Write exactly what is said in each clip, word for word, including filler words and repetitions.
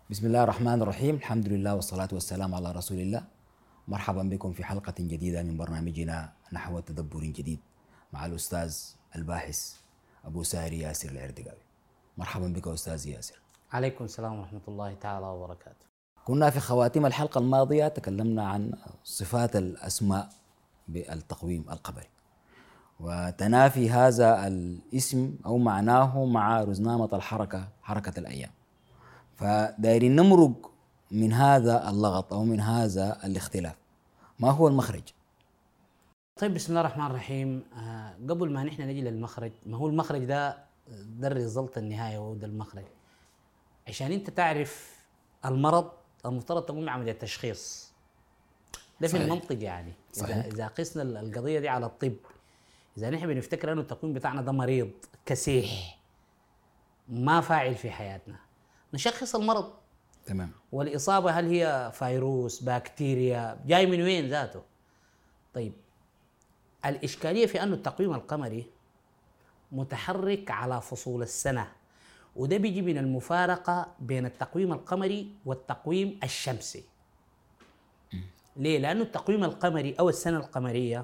بسم الله الرحمن الرحيم. الحمد لله والصلاة والسلام على رسول الله. مرحبا بكم في حلقة جديدة من برنامجنا نحو تدبر جديد مع الأستاذ الباحث أبو ساري ياسر العردقاوي. مرحبا بك أستاذ ياسر. عليكم السلام ورحمة الله تعالى وبركاته. كنا في خواتيم الحلقة الماضية تكلمنا عن صفات الأسماء بالتقويم القمري وتنافي هذا الاسم أو معناه مع رزنامة الحركة حركة الأيام. فدايرين نمرق من هذا اللغط أو من هذا الاختلاف، ما هو المخرج؟ طيب، بسم الله الرحمن الرحيم. آه قبل ما نحن نجي للمخرج، ما هو المخرج ده ده الريزلت النهاية وده المخرج. عشان انت تعرف المرض المفترض تقوم بعملية تشخيص، ده في المنطق يعني. صحيح. إذا إذا قسنا القضية دي على الطب، إذا نحن بنفتكر أنه التقويم بتاعنا ده مريض كسيح ما فاعل في حياتنا، نشخص المرض. تمام. والإصابة هل هي فيروس، بكتيريا، جاي من وين ذاته؟ طيب، الإشكالية في أنه التقويم القمري متحرك على فصول السنة، وده بيجي من المفارقة بين التقويم القمري والتقويم الشمسي. ليه؟ لأنه التقويم القمري أو السنة القمرية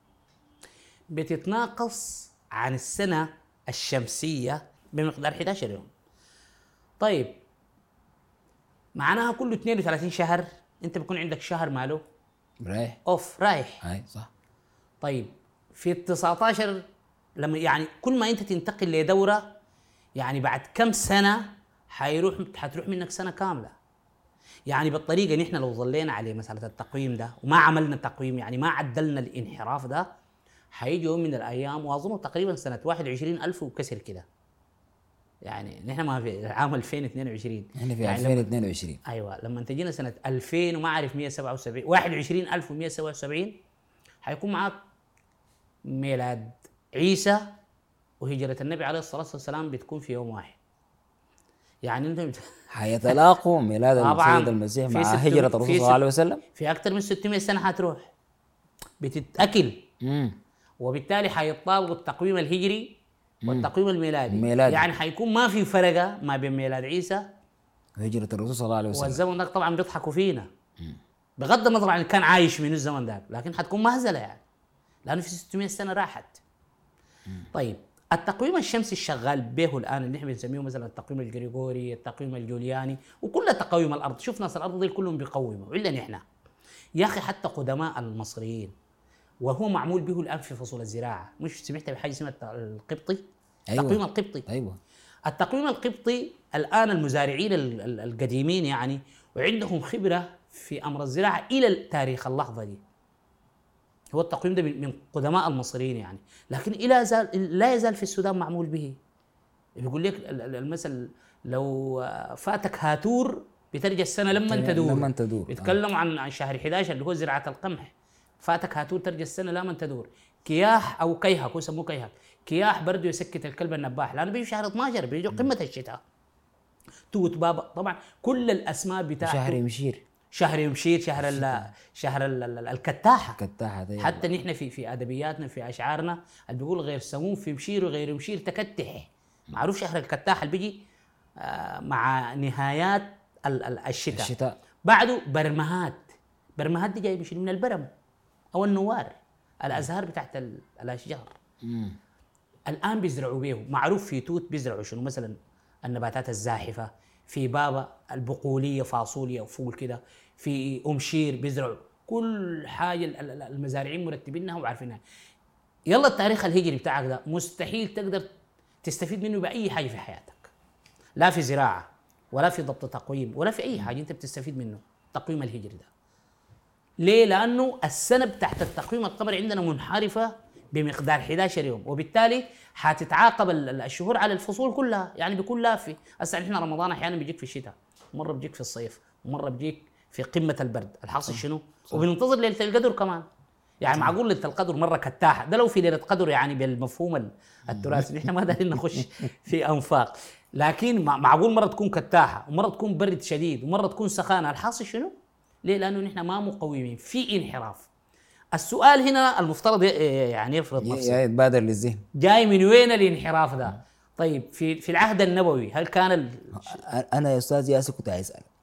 بتتناقص عن السنة الشمسية بمقدار أحد عشر يوم. طيب، معناها كل اثنين وثلاثين شهر انت بيكون عندك شهر ماله رايح اوف رايح. هاي صح. طيب، في تسعة عشر لما يعني كل ما انت تنتقل لدورة، يعني بعد كم سنة حيروح حتروح منك سنة كاملة. يعني بالطريقة نحن لو ظلينا عليه مسألة التقويم ده وما عملنا تقويم، يعني ما عدلنا الانحراف ده، حيجي يوم من الأيام وأظن تقريبا سنة واحد وعشرين ألف وكسر كده. يعني نحن ما في عام ألفين واثنين وعشرين، نحن في يعني ألفين واثنين وعشرين. ايوه، لما تجينا سنه ألفين وما اعرف مئة وسبعة وسبعين واحد وعشرين ألف ومئة وسبعة وسبعين حيكون معك ميلاد عيسى وهجره النبي عليه الصلاه والسلام بتكون في يوم واحد. يعني انت حيتلاقوا ميلاد طبعاً السيد المسيح في مع ست- هجرة الرسول في صلى الله ست- عليه وسلم. في اكثر من ستمئة سنه حتروح بتتاكل، امم وبالتالي حيطابقوا التقويم الهجري والتقويم الميلادي. الميلادي. يعني حيكون ما في فرقه ما بين ميلاد عيسى هجرة الرسول صلى الله عليه وسلم. والزمن ده. طبعا بيضحكوا فينا بغض النظر عن كان عايش من الزمن ده، لكن حتكون مهزله يعني، لانه في ستمئة سنه راحت. طيب، التقويم الشمسي الشغال به الان اللي احنا بنسميه مثلا التقويم الجريجوري، التقويم الجولياني، وكل تقاويم الارض. شوف ناس الارض دي كلهم بيقوموا الا نحن. يا اخي حتى قدماء المصريين، وهو معمول به الان في فصول الزراعه. مش سمعت بحاجه اسمها القبطي؟ أيوة. التقويم القبطي. أيوة. التقويم القبطي الآن المزارعين ال- ال- القديمين يعني وعندهم خبرة في أمر الزراعة إلى تاريخ اللحظة دي. هو التقويم ده من من قدماء المصريين يعني، لكن إلى زال لا يزال في السودان معمول به. بيقول لك ال- ال- المثل لو فاتك هاتور بترجع السنة لما تدور. لما تدور. بيتكلموا عن عن شهر أحد عشر اللي هو زراعة القمح. فاتك هاتور ترجع السنة لما تدور. كياح أو كيهك، هو يسموه كيهك. كياح برضه يسكت الكلب النباح، لأنه بيجي شهر اثناشر، بيجي قمة الشتاء. توت بابا، طبعا كل الأسماء بتاعته. شهر يمشير. شهر يمشير، شهر ال شهر ال ال- الكتاحة. كتاحة دي. حتى نحن في في أدبياتنا في أشعارنا اللي بيقول غير سموم في مشير وغير يمشير تكتح. معروف شهر الكتاحة اللي بيجي آه مع نهايات ال- ال- الشتاء. الشتاء. بعده برمهات. برمهات دي جاي بيشيل من البرم أو النوار، الأزهار بتاعت ال- الأشجار. مم. الآن بيزرعوا به. معروف في توت بيزرعوا شنو؟ مثلا النباتات الزاحفة، في بابا البقولية فاصوليا وفول كده، في أمشير بيزرعوا كل حاجة. ال- ال- المزارعين مرتبينها وعارفينها. يلا التاريخ الهجري بتاعك ده مستحيل تقدر تستفيد منه بأي حاجة في حياتك، لا في زراعة ولا في ضبط تقويم ولا في أي حاجة أنت بتستفيد منه التقويم الهجري ده. ليه؟ لأنه السنة بتاعت التقويم القمري عندنا منحرفة بمقدار أحد عشر يوم، وبالتالي حتتعاقب ال- الشهور على الفصول كلها، يعني بيكون لافي. هسه احنا رمضان احيانا بيجيك في الشتاء، مره بيجيك في الصيف، ومره بيجيك في قمه البرد. الحاصل شنو؟ وبننتظر ليله القدر كمان. يعني معقول ليله القدر مره كتاحه؟ ده لو في ليله قدر يعني بالمفهوم ال- التراثي، نحن ما دارين نخش في انفاق، لكن مع- معقول مره تكون كتاحه ومره تكون برد شديد ومره تكون سخانه. الحاصل شنو؟ ليه؟ لانه نحن ما مقومين، في انحراف. السؤال هنا المفترض ي- يعني يفرض ي- نفسه، يتبادر للذهن. جاي من وين الانحراف ده؟ طيب، في في العهد النبوي هل كان ال... انا يا استاذ ياسر كنت عايز اسالك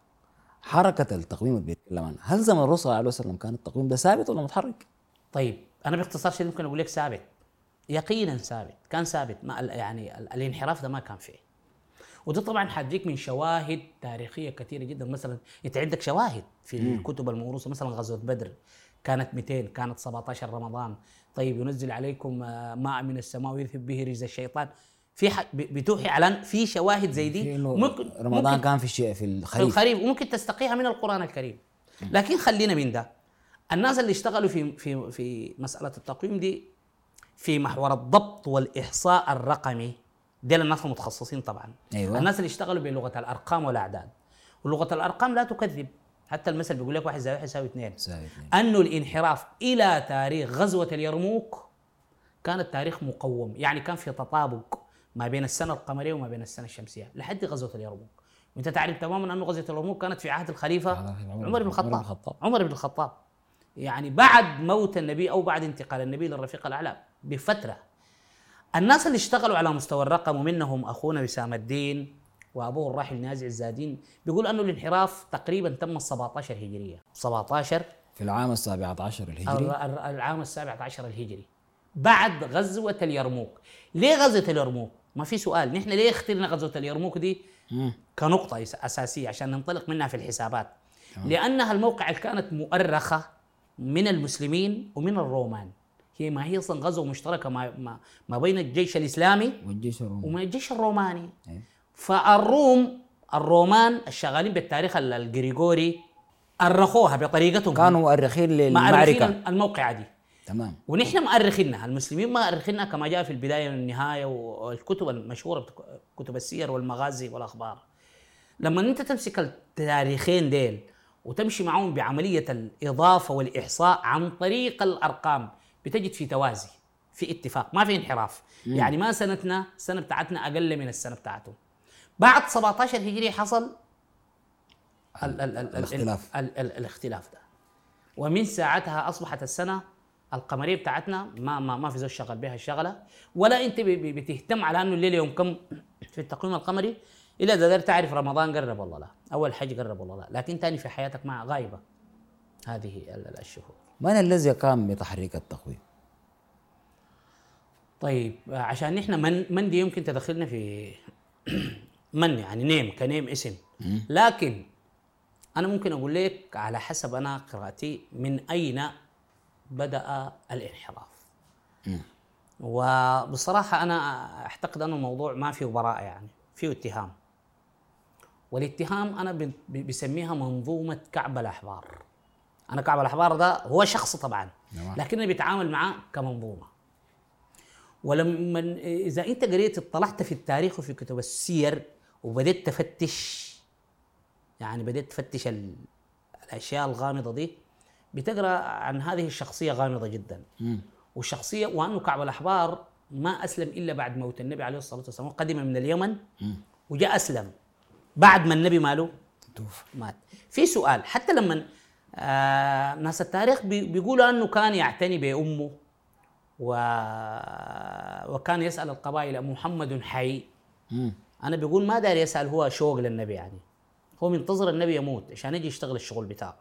حركة التقويم اللي بيتكلم عنها، هل زمن الرسول صلى الله عليه وسلم كان التقويم ده ثابت ولا متحرك؟ طيب انا باختصار شديد ممكن اقول لك ثابت، يقينا ثابت، كان ثابت، ما يعني الانحراف ده ما كان فيه. وده طبعا حديك من شواهد تاريخيه كثيره جدا، مثلا انت عندك شواهد في الكتب الموروثه، مثلا غزوه بدر كانت مئتين، كانت سبعة عشر رمضان. طيب ينزل عليكم ماء من السماء ويذهب به رجز الشيطان، في بتوحي على في شواهد زي دي. ممكن رمضان ممكن كان في الشيء في الخريف في الخريف وممكن تستقيها من القران الكريم. لكن خلينا من ده، الناس اللي اشتغلوا في في في مساله التقويم دي في محور الضبط والاحصاء الرقمي، ديل الناس المتخصصين طبعا. أيوة. الناس اللي اشتغلوا بلغه الارقام والاعداد، ولغه الارقام لا تكذب، حتى المثل بيقول لك واحد زائد واحد يساوي اثنين. انه الانحراف الى تاريخ غزوه اليرموك كان التاريخ مقوم، يعني كان في تطابق ما بين السنه القمريه وما بين السنه الشمسيه لحد غزوه اليرموك. وانت تعرف تماما انه غزوه اليرموك كانت في عهد الخليفه عمر بن الخطاب. عمر بن الخطاب يعني بعد موت النبي او بعد انتقال النبي للرفيق الاعلى بفتره. الناس اللي اشتغلوا على مستوى الرقم ومنهم اخونا وسام الدين وابوه الراحل نازع الزادين بيقول انه الانحراف تقريبا تم سبعة عشر هجريه، سبعة عشر في العام السابع عشر الهجري، العام السابع عشر الهجري بعد غزوه اليرموك. ليه غزوه اليرموك؟ ما في سؤال، نحن ليه اخترنا غزوه اليرموك دي مم. كنقطه اساسيه عشان ننطلق منها في الحسابات؟ مم. لانها الموقع اللي كانت مؤرخه من المسلمين ومن الرومان، هي ما هي اصلا غزوه مشتركه ما ما, ما بين الجيش الاسلامي والجيش الروماني ومن الجيش الروماني. أي. فالروم الرومان الشغالين بالتاريخ الجريجوري أرخوها بطريقتهم، كانوا مؤرخين للمعركه الموقعه دي. تمام. ونحن مؤرخينها، المسلمين مؤرخينها كما جاء في البدايه والنهايه والكتب المشهوره كتب السير والمغازي والاخبار. لما انت تمسك التاريخين ديل وتمشي معهم بعمليه الاضافه والاحصاء عن طريق الارقام، بتجد في توازي، في اتفاق، ما في انحراف. مم. يعني ما سنتنا السنه بتاعتنا اقل من السنه بتاعتهم. بعد سبعة عشر هجري حصل ال ال ال الاختلاف ال ال الاختلاف ده، ومن ساعتها اصبحت السنه القمريه بتاعتنا ما ما ما في زول شغل بها الشغله، ولا انت بتهتم على انه الليله يوم كم في التقويم القمري الا اذا قدرت تعرف رمضان قرب والله لا، اول حج قرب والله لا، لكن ثاني في حياتك مع غايبه هذه الشهور. من الذي قام بتحريك التقويم؟ طيب عشان نحن من من دي يمكن تدخلنا في من يعني نيم كنيم اسم، لكن انا ممكن اقول لك على حسب انا قراءتي من اين بدأ الانحراف. م. وبصراحة أنا أعتقد أن الموضوع ما فيه براءة، يعني فيه اتهام، والاتهام أنا بسميها منظومة كعب الأحبار. أنا كعب الأحبار ده هو شخص طبعا، لكنه بيتعامل معه كمنظومة. ولما إذا أنت قريت اطلعت في التاريخ وفي كتب السير وبدأت تفتش، يعني بدأت تفتش الأشياء الغامضة دي، بتقرأ عن هذه الشخصية غامضة جدا. م. والشخصية وأنه كعب الأحبار ما أسلم إلا بعد موت النبي عليه الصلاة والسلام، قدم من اليمن م. وجاء أسلم بعد ما النبي ماله توف مات. في سؤال، حتى لما آه ناس التاريخ بي بيقولوا أنه كان يعتني بأمه و... وكان يسأل القبائل محمد حي. م. أنا بيقول ما داري يسأل، هو شوق للنبي، يعني هو منتظر النبي يموت عشان يجي يشتغل الشغل بتاعه.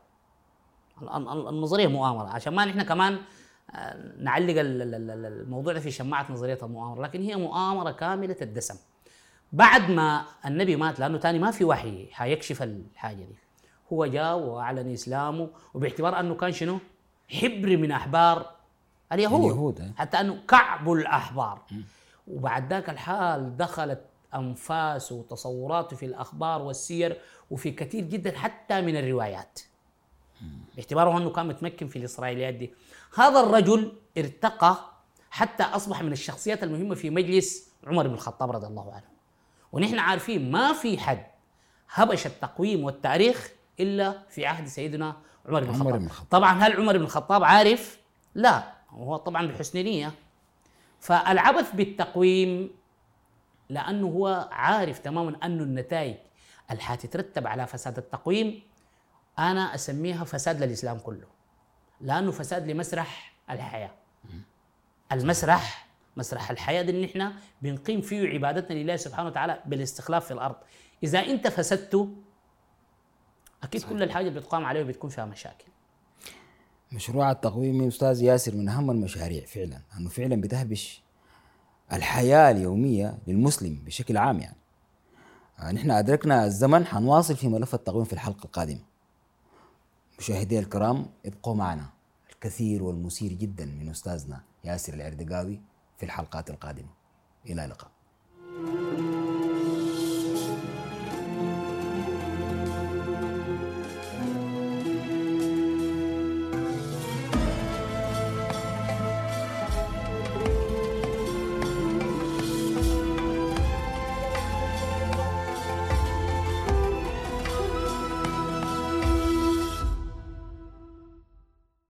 النظرية مؤامرة، عشان ما نحن كمان نعلق الموضوع ده في شماعة نظرية المؤامرة، لكن هي مؤامرة كاملة الدسم. بعد ما النبي مات، لأنه تاني ما في وحي حيكشف الحاجة دي، هو جاء وأعلن إسلامه، وباعتبار أنه كان شنو حبر من أحبار اليهود, اليهود حتى أنه كعب الأحبار. م. وبعد ذاك الحال دخلت أنفاسه وتصوراته في الأخبار والسير وفي كثير جدا حتى من الروايات، باعتباره أنه كان متمكن في الإسرائيليات دي. هذا الرجل ارتقى حتى أصبح من الشخصيات المهمة في مجلس عمر بن الخطاب رضي الله عنه. ونحن عارفين ما في حد هبش التقويم والتاريخ إلا في عهد سيدنا عمر بن الخطاب. طبعا هل عمر بن الخطاب عارف؟ لا، هو طبعا بحسن نية. فالعبث بالتقويم لأنه هو عارف تماما أنه النتائج اللي حتترتب على فساد التقويم أنا أسميها فساد للإسلام كله، لأنه فساد لمسرح الحياة. المسرح مسرح الحياة ده اللي نحن بنقيم فيه عبادتنا لله سبحانه وتعالى بالاستخلاف في الأرض. إذا أنت فسدته اكيد كل الحاجه اللي بتقام عليه بتكون فيها مشاكل. مشروع التقويم أستاذ ياسر من أهم المشاريع فعلا، أنه فعلا بتهبش الحياة اليومية للمسلم بشكل عام يعني. آه، نحن أدركنا الزمن، حنواصل في ملف التقويم في الحلقة القادمة. مشاهدي الكرام ابقوا معنا، الكثير والمثير جدا من أستاذنا ياسر العردقاوي في الحلقات القادمة. إلى اللقاء.